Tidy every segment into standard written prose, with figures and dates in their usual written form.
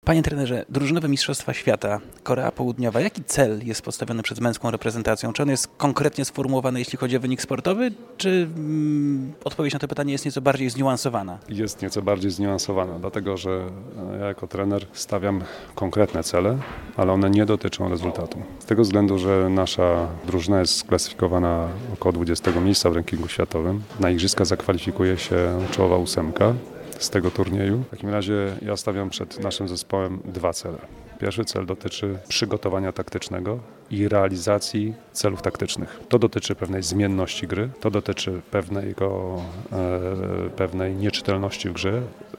Panie trenerze, drużynowe Mistrzostwa Świata, Korea Południowa, jaki cel jest postawiony przed męską reprezentacją? Czy on jest konkretnie sformułowany, jeśli chodzi o wynik sportowy, czy odpowiedź na to pytanie jest nieco bardziej zniuansowana? Jest nieco bardziej zniuansowana, dlatego że ja jako trener stawiam konkretne cele, ale one nie dotyczą rezultatu. Z tego względu, że nasza drużyna jest sklasyfikowana około 20 miejsca w rankingu światowym. Na igrzyska zakwalifikuje się czołowa 8 z tego turnieju. W takim razie ja stawiam przed naszym zespołem dwa cele. Pierwszy cel dotyczy przygotowania taktycznego i realizacji celów taktycznych. To dotyczy pewnej zmienności gry, to dotyczy pewnej nieczytelności w grze,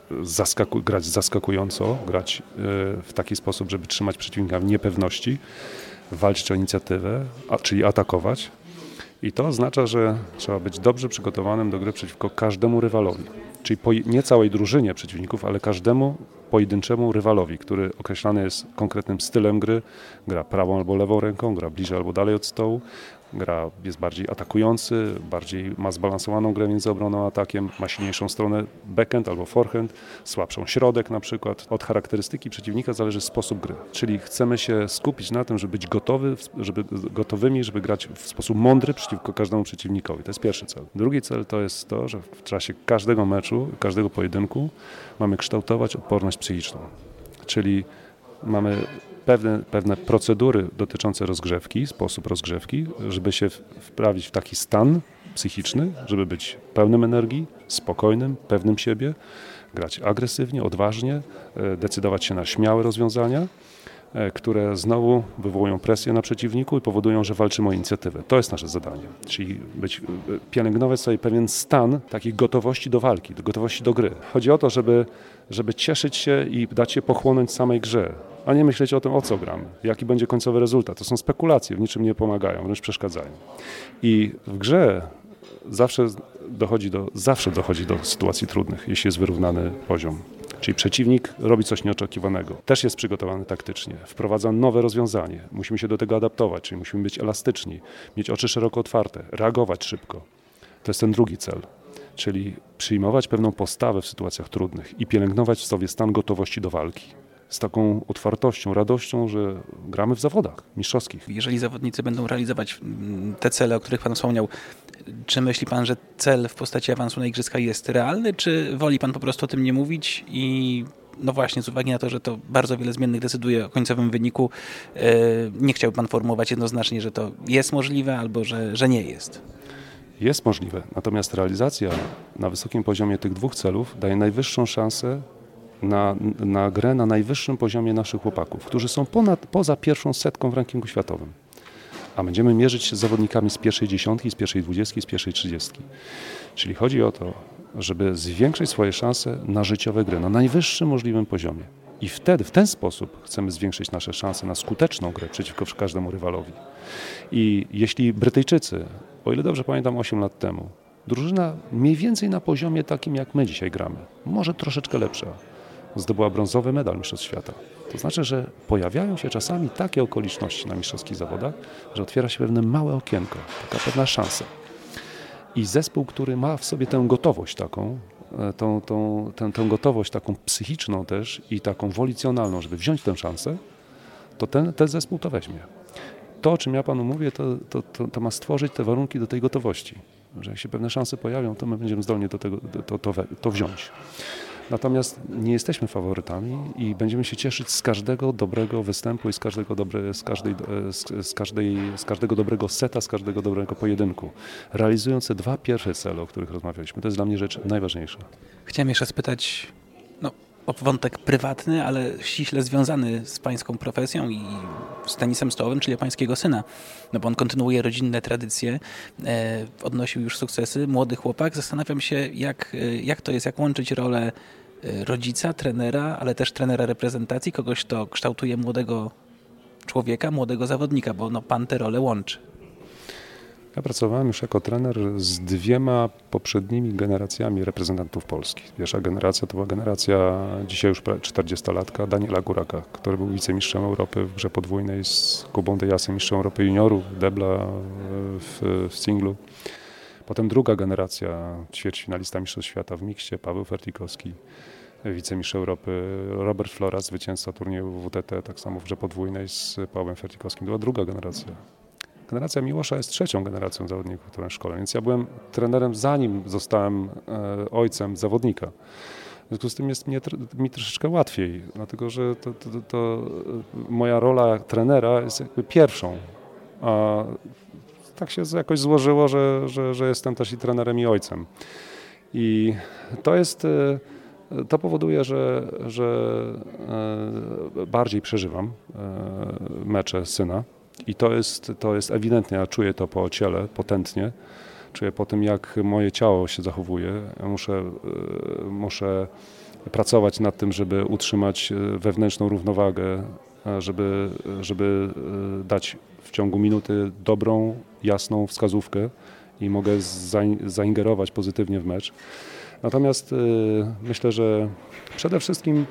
grać zaskakująco, grać w taki sposób, żeby trzymać przeciwnika w niepewności, walczyć o inicjatywę, czyli atakować. I to oznacza, że trzeba być dobrze przygotowanym do gry przeciwko każdemu rywalowi. Czyli nie całej drużynie przeciwników, ale każdemu pojedynczemu rywalowi, który określany jest konkretnym stylem gry. Gra prawą albo lewą ręką, gra bliżej albo dalej od stołu. Jest bardziej atakujący, ma zbalansowaną grę między obroną a atakiem, ma silniejszą stronę backhand albo forehand, słabszą środek na przykład. Od charakterystyki przeciwnika zależy sposób gry. Czyli chcemy się skupić na tym, żeby być gotowymi, żeby grać w sposób mądry przeciwko każdemu przeciwnikowi. To jest pierwszy cel. Drugi cel to jest to, że w czasie każdego meczu, każdego pojedynku mamy kształtować odporność psychiczną. Czyli mamy pewne procedury dotyczące rozgrzewki, sposób rozgrzewki, żeby się wprawić w taki stan psychiczny, żeby być pełnym energii, spokojnym, pewnym siebie, grać agresywnie, odważnie, decydować się na śmiałe rozwiązania, które znowu wywołują presję na przeciwniku i powodują, że walczymy o inicjatywę. To jest nasze zadanie, czyli pielęgnować sobie pewien stan takiej gotowości do walki, gotowości do gry. Chodzi o to, żeby cieszyć się i dać się pochłonąć samej grze, a nie myśleć o tym, o co gramy, jaki będzie końcowy rezultat. To są spekulacje, w niczym nie pomagają, wręcz przeszkadzają. I w grze zawsze dochodzi do sytuacji trudnych, jeśli jest wyrównany poziom. Czyli przeciwnik robi coś nieoczekiwanego. Też jest przygotowany taktycznie, wprowadza nowe rozwiązanie. Musimy się do tego adaptować, czyli musimy być elastyczni, mieć oczy szeroko otwarte, reagować szybko. To jest ten drugi cel, czyli przyjmować pewną postawę w sytuacjach trudnych i pielęgnować w sobie stan gotowości do walki. Z taką otwartością, radością, że gramy w zawodach mistrzowskich. Jeżeli zawodnicy będą realizować te cele, o których Pan wspomniał, czy myśli Pan, że cel w postaci awansu na igrzyska jest realny, czy woli Pan po prostu o tym nie mówić i no właśnie z uwagi na to, że to bardzo wiele zmiennych decyduje o końcowym wyniku, nie chciałby Pan formułować jednoznacznie, że to jest możliwe albo że nie jest? Jest możliwe, natomiast realizacja na wysokim poziomie tych dwóch celów daje najwyższą szansę na grę na najwyższym poziomie naszych chłopaków, którzy są poza pierwszą setką w rankingu światowym. A będziemy mierzyć się z zawodnikami z pierwszej dziesiątki, z pierwszej 20, z pierwszej 30. Czyli chodzi o to, żeby zwiększyć swoje szanse na życiowe gry na najwyższym możliwym poziomie. I wtedy, w ten sposób chcemy zwiększyć nasze szanse na skuteczną grę przeciwko każdemu rywalowi. I jeśli Brytyjczycy, o ile dobrze pamiętam 8 lat temu, drużyna mniej więcej na poziomie takim jak my dzisiaj gramy, może troszeczkę lepsza, zdobyła brązowy medal Mistrzostw Świata. To znaczy, że pojawiają się czasami takie okoliczności na mistrzowskich zawodach, że otwiera się pewne małe okienko, taka pewna szansa. I zespół, który ma w sobie tę gotowość taką, tę gotowość taką psychiczną też i taką wolicjonalną, żeby wziąć tę szansę, to ten zespół to weźmie. To, o czym ja Panu mówię, to ma stworzyć te warunki do tej gotowości. Że jak się pewne szanse pojawią, to my będziemy zdolni do tego to wziąć. Natomiast nie jesteśmy faworytami i będziemy się cieszyć z każdego dobrego występu i z każdego dobrego seta, z każdego dobrego pojedynku. Realizując te dwa pierwsze cele, o których rozmawialiśmy, to jest dla mnie rzecz najważniejsza. Chciałem jeszcze spytać o wątek prywatny, ale ściśle związany z pańską profesją i z tenisem stołowym, czyli o pańskiego syna. No bo on kontynuuje rodzinne tradycje, odnosił już sukcesy. Młody chłopak. Zastanawiam się, jak to jest, jak łączyć rolę rodzica, trenera, ale też trenera reprezentacji, kogoś, kto kształtuje młodego człowieka, młodego zawodnika, bo pan te role łączy. Ja pracowałem już jako trener z dwoma poprzednimi generacjami reprezentantów Polski. Pierwsza generacja to była generacja dzisiaj już 40-latka Daniela Góraka, który był wicemistrzem Europy w grze podwójnej z Kubą Dejasem, mistrzem Europy juniorów, debla w singlu. Potem druga generacja, ćwierćfinalista Mistrzostw Świata w mikście, Paweł Fertikowski. wicemistrz Europy, Robert Flora, zwycięzca turnieju WTT, tak samo w grze podwójnej z Pawłem Fertikowskim. To była druga generacja. Generacja Miłosza jest trzecią generacją zawodników, którą szkole, więc ja byłem trenerem zanim zostałem ojcem zawodnika. W związku z tym jest mi troszeczkę łatwiej, dlatego że to moja rola trenera jest jakby pierwszą. A tak się jakoś złożyło, że jestem też i trenerem i ojcem. I to powoduje, że bardziej przeżywam mecze syna. I to jest ewidentnie, ja czuję to po ciele, potentnie. Czuję po tym, jak moje ciało się zachowuje. Muszę pracować nad tym, żeby utrzymać wewnętrzną równowagę, żeby dać w ciągu minuty dobrą, jasną wskazówkę i mogę zaingerować pozytywnie w mecz. Natomiast myślę, że przede wszystkim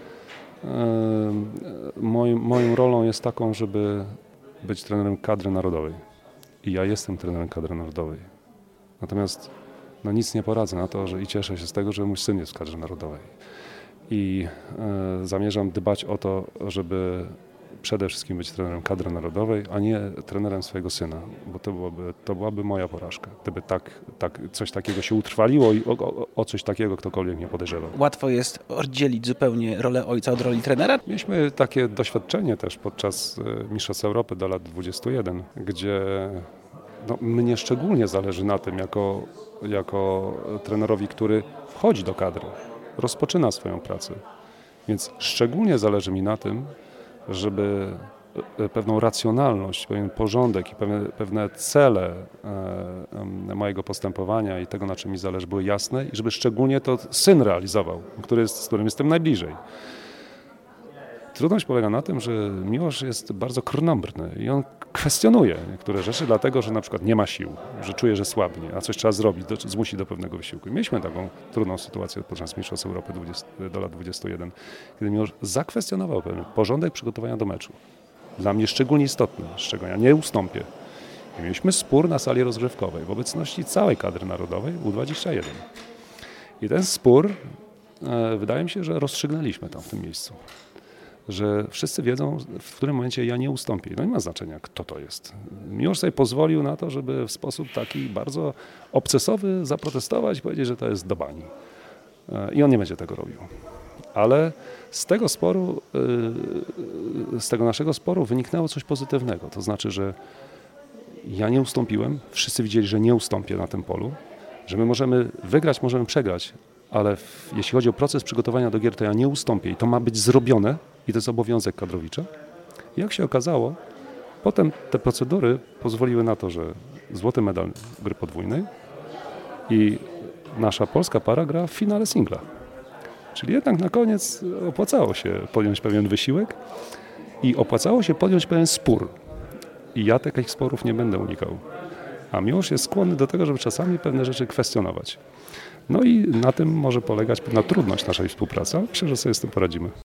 moją rolą jest taką, żeby być trenerem kadry narodowej. I ja jestem trenerem kadry narodowej. Natomiast nic nie poradzę na to, że i cieszę się z tego, że mój syn jest w kadrze narodowej. I zamierzam dbać o to, żeby przede wszystkim być trenerem kadry narodowej, a nie trenerem swojego syna, bo to byłaby moja porażka, gdyby coś takiego się utrwaliło i o coś takiego ktokolwiek nie podejrzewał. Łatwo jest oddzielić zupełnie rolę ojca od roli trenera? Mieliśmy takie doświadczenie też podczas Mistrzostw Europy do lat 21, gdzie mnie szczególnie zależy na tym, jako trenerowi, który wchodzi do kadry, rozpoczyna swoją pracę. Więc szczególnie zależy mi na tym, żeby pewną racjonalność, pewien porządek i pewne cele mojego postępowania i tego, na czym mi zależy, były jasne i żeby szczególnie to syn realizował, z którym jestem najbliżej. Trudność polega na tym, że Miłosz jest bardzo krnąbrny i on kwestionuje niektóre rzeczy, dlatego że na przykład nie ma sił, że czuje, że słabnie, a coś trzeba zrobić, zmusi do pewnego wysiłku. I mieliśmy taką trudną sytuację podczas Mistrzostw Europy do lat 21, kiedy Miłosz zakwestionował pewien porządek przygotowania do meczu. Dla mnie szczególnie istotny, z czego ja nie ustąpię. I mieliśmy spór na sali rozgrzewkowej w obecności całej kadry narodowej U21. I ten spór, wydaje mi się, że rozstrzygnęliśmy tam w tym miejscu. Że wszyscy wiedzą, w którym momencie ja nie ustąpię. No nie ma znaczenia, kto to jest. Miłosz sobie pozwolił na to, żeby w sposób taki bardzo obcesowy zaprotestować i powiedzieć, że to jest do bani. I on nie będzie tego robił. Ale z tego naszego sporu wyniknęło coś pozytywnego. To znaczy, że ja nie ustąpiłem, wszyscy widzieli, że nie ustąpię na tym polu, że my możemy wygrać, możemy przegrać, ale jeśli chodzi o proces przygotowania do gier, to ja nie ustąpię i to ma być zrobione i to jest obowiązek kadrowicza. I jak się okazało, potem te procedury pozwoliły na to, że złoty medal gry podwójnej i nasza polska para gra w finale singla. Czyli jednak na koniec opłacało się podjąć pewien wysiłek i opłacało się podjąć pewien spór. I ja takich sporów nie będę unikał. A Miłosz jest skłonny do tego, żeby czasami pewne rzeczy kwestionować. No i na tym może polegać pewna trudność naszej współpracy, ale myślę, że sobie z tym poradzimy.